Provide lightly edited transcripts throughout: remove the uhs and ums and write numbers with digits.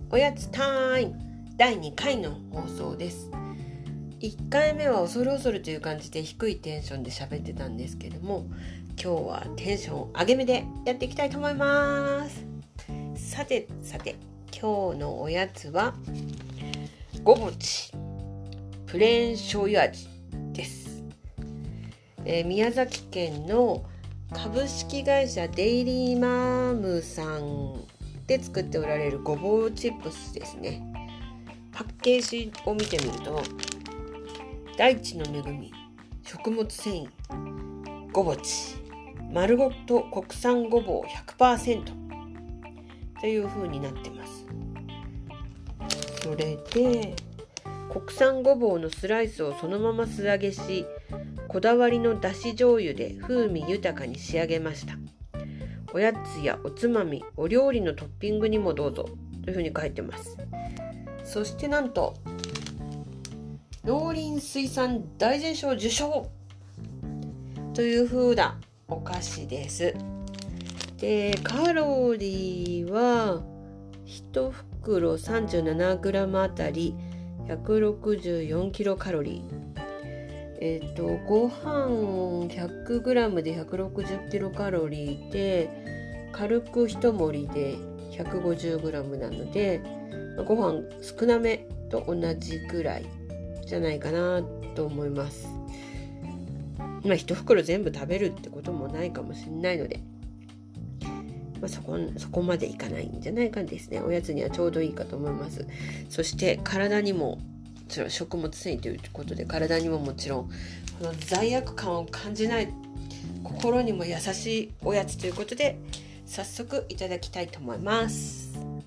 おやつタイム第2回の放送です。1回目は恐る恐るという感じで低いテンションで喋ってたんですけども、今日はテンション上げ目でやっていきたいと思います。さて今日のおやつはごぼちプレーン醤油味です。宮崎県の株式会社デイリーマームさんで作っておられるごぼうチップスですね。パッケージを見てみると、大地の恵み、食物繊維、ごぼち、丸ごと国産ごぼう 100% という風になってます。それで国産ごぼうのスライスをそのまま素揚げし、こだわりのだし醤油で風味豊かに仕上げました。おやつやおつまみ、お料理のトッピングにもどうぞというふうに書いてます。そしてなんと農林水産大臣賞受賞という風なお菓子です。で、カロリーは1袋 37g あたり164キロカロリー。ご飯 100g で160キロカロリーで、軽く一盛りで 150g なので、ご飯少なめと同じくらいじゃないかなと思います。一袋全部食べるってこともないかもしれないので、そこまでいかないんじゃないかですね。おやつにはちょうどいいかと思います。そして体にも食物繊維ということで、体にももちろんこの罪悪感を感じない、心にも優しいおやつということで、早速いただきたいと思います。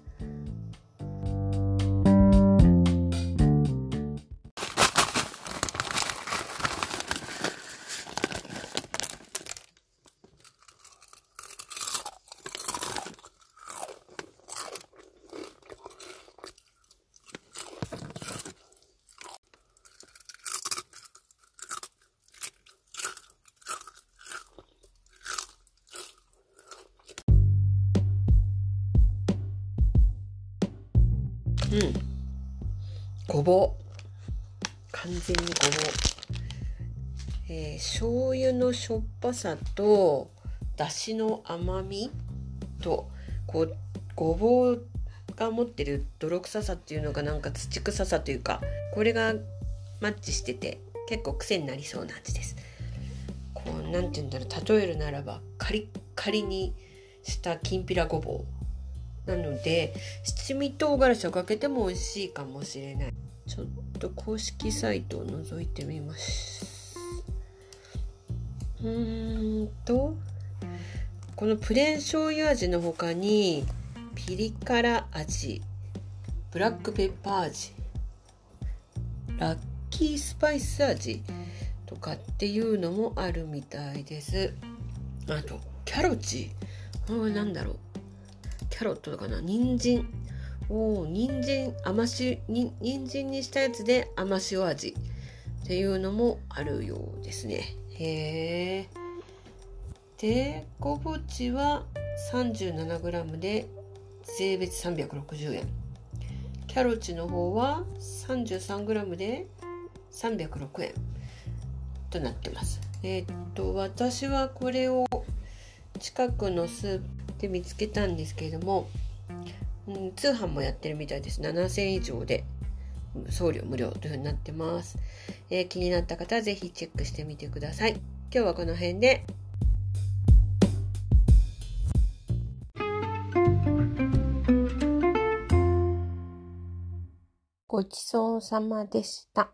ごぼう、完全にごぼう、醤油のしょっぱさとだしの甘みと、ごぼうが持ってる泥臭さっていうのが土臭さというか、これがマッチしてて結構癖になりそうな味です。なんていうんだろう、例えるならばカリッカリにしたきんぴらごぼうなので、七味唐辛子をかけても美味しいかもしれない。ちょっと公式サイトを覗いてみます。このプレーン醤油味の他にピリ辛味、ブラックペッパー味、ラッキースパイス味とかっていうのもあるみたいです。あとキャロチ、なんだろう、キャロットとかな、人参人参にしたやつで甘塩味っていうのもあるようですね。へー。で、ごぼちは 37g で税別360円。キャロチの方は 33g で306円となってます。私はこれを近くのスーパーで見つけたんですけれども、通販もやってるみたいです。7000円以上で送料無料というふうになってます。気になった方はぜひチェックしてみてください。今日はこの辺で。ごちそうさまでした。